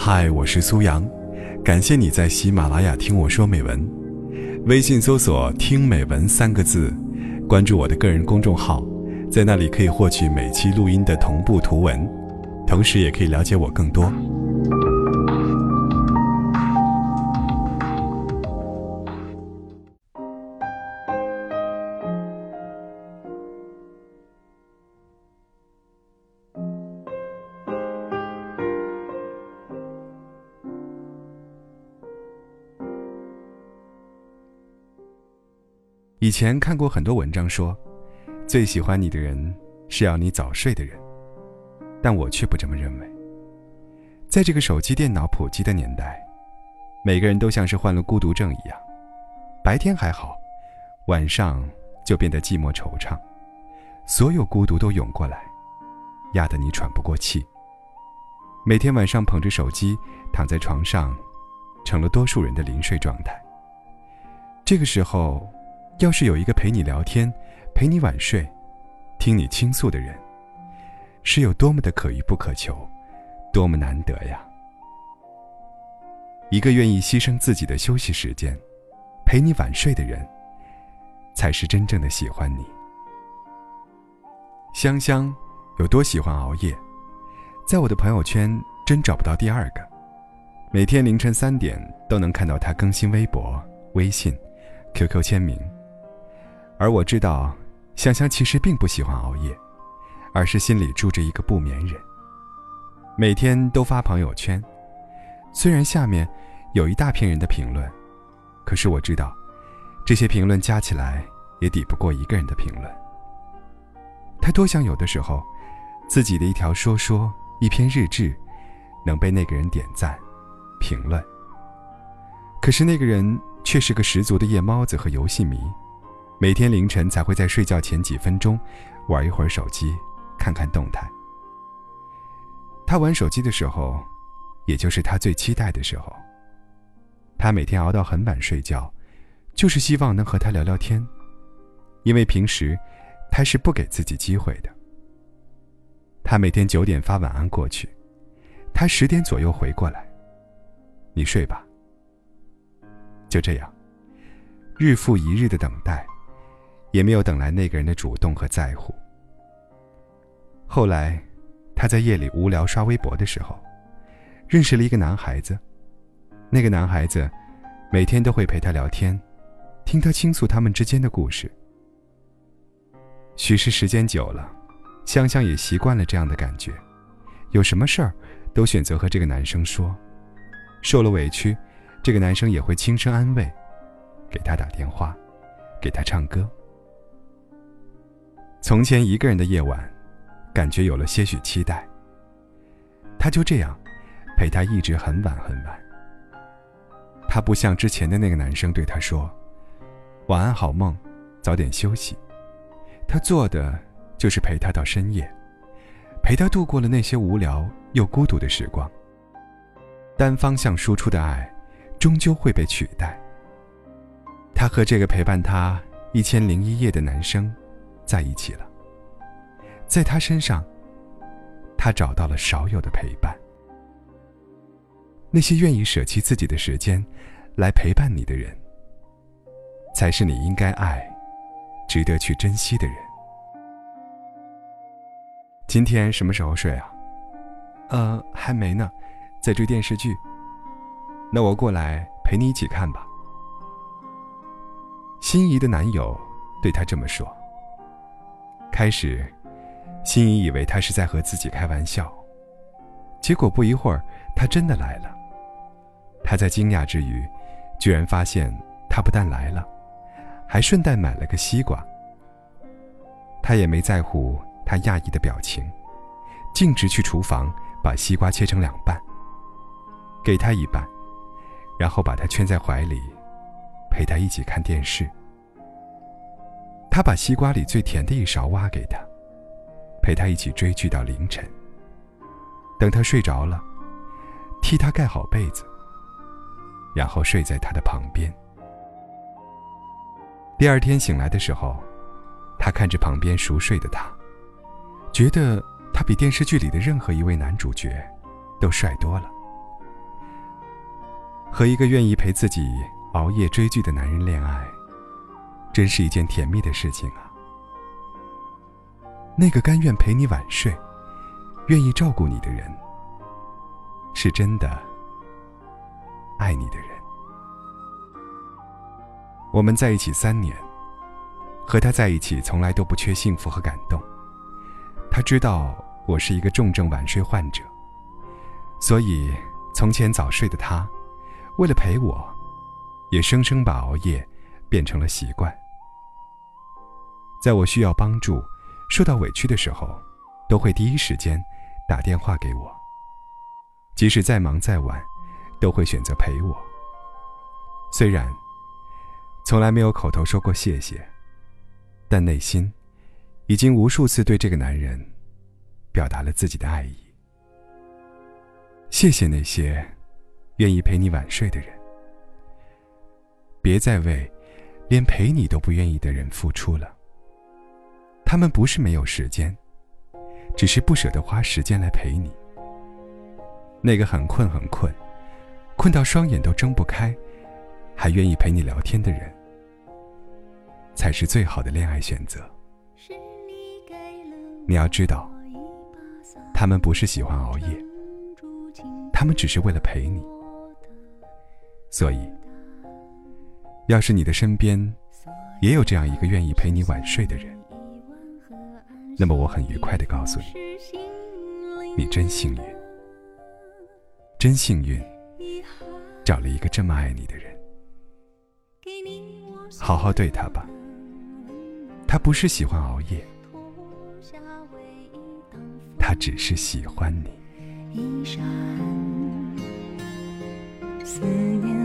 嗨，我是苏阳，感谢你在喜马拉雅听我说美文。微信搜索听美文3个字，关注我的个人公众号，在那里可以获取每期录音的同步图文，同时也可以了解我更多。以前看过很多文章说，最喜欢你的人是要你早睡的人，但我却不这么认为。在这个手机电脑普及的年代，每个人都像是患了孤独症一样，白天还好，晚上就变得寂寞惆怅，所有孤独都涌过来，压得你喘不过气。每天晚上捧着手机躺在床上，成了多数人的临睡状态。这个时候要是有一个陪你聊天，陪你晚睡，听你倾诉的人，是有多么的可遇不可求，多么难得呀。一个愿意牺牲自己的休息时间陪你晚睡的人，才是真正的喜欢你。香香有多喜欢熬夜，在我的朋友圈真找不到第二个，每天凌晨3点都能看到他更新微博、微信、QQ 签名。而我知道香香其实并不喜欢熬夜，而是心里住着一个不眠人，每天都发朋友圈。虽然下面有一大片人的评论，可是我知道这些评论加起来也抵不过一个人的评论。他多想有的时候自己的一条说说，一篇日志能被那个人点赞评论，可是那个人却是个十足的夜猫子和游戏迷，每天凌晨才会在睡觉前几分钟玩一会儿手机，看看动态。他玩手机的时候，也就是他最期待的时候。他每天熬到很晚睡觉，就是希望能和他聊聊天，因为平时他是不给自己机会的。他每天9点发晚安过去，他10点左右回过来，你睡吧。就这样，日复一日的等待，也没有等来那个人的主动和在乎。后来他在夜里无聊刷微博的时候，认识了一个男孩子。那个男孩子每天都会陪他聊天，听他倾诉他们之间的故事。许是时间久了，香香也习惯了这样的感觉，有什么事儿都选择和这个男生说，受了委屈，这个男生也会轻声安慰，给他打电话，给他唱歌。从前一个人的夜晚，感觉有了些许期待，他就这样陪他一直很晚很晚。他不像之前的那个男生对他说晚安好梦，早点休息，他做的就是陪他到深夜，陪他度过了那些无聊又孤独的时光。单方向输出的爱终究会被取代。他和这个陪伴他1001夜的男生在一起了，在他身上，他找到了少有的陪伴。那些愿意舍弃自己的时间来陪伴你的人，才是你应该爱、值得去珍惜的人。今天什么时候睡啊？还没呢，在追电视剧。那我过来陪你一起看吧。心仪的男友对她这么说。开始，心仪以为他是在和自己开玩笑，结果不一会儿，他真的来了。他在惊讶之余，居然发现他不但来了，还顺带买了个西瓜。他也没在乎他讶异的表情，径直去厨房把西瓜切成2半，给他一半，然后把他圈在怀里，陪他一起看电视。他把西瓜里最甜的一勺挖给他，陪他一起追剧到凌晨。等他睡着了，替他盖好被子，然后睡在他的旁边。第二天醒来的时候，他看着旁边熟睡的他，觉得他比电视剧里的任何一位男主角都帅多了。 和一个愿意陪自己熬夜追剧的男人恋爱，真是一件甜蜜的事情啊。那个甘愿陪你晚睡，愿意照顾你的人，是真的爱你的人。我们在一起3年，和他在一起从来都不缺幸福和感动。他知道我是一个重症晚睡患者，所以从前早睡的他，为了陪我，也生生把熬夜变成了习惯。在我需要帮助、受到委屈的时候，都会第一时间打电话给我，即使再忙再晚，都会选择陪我。虽然从来没有口头说过谢谢，但内心已经无数次对这个男人表达了自己的爱意。谢谢那些愿意陪你晚睡的人，别再为连陪你都不愿意的人付出了。他们不是没有时间，只是不舍得花时间来陪你。那个很困困到双眼都睁不开，还愿意陪你聊天的人，才是最好的恋爱选择。你要知道，他们不是喜欢熬夜，他们只是为了陪你。所以，要是你的身边也有这样一个愿意陪你晚睡的人，那么我很愉快地告诉你，你真幸运，真幸运，找了一个这么爱你的人。好好对他吧，他不是喜欢熬夜，他只是喜欢你。 一闪思念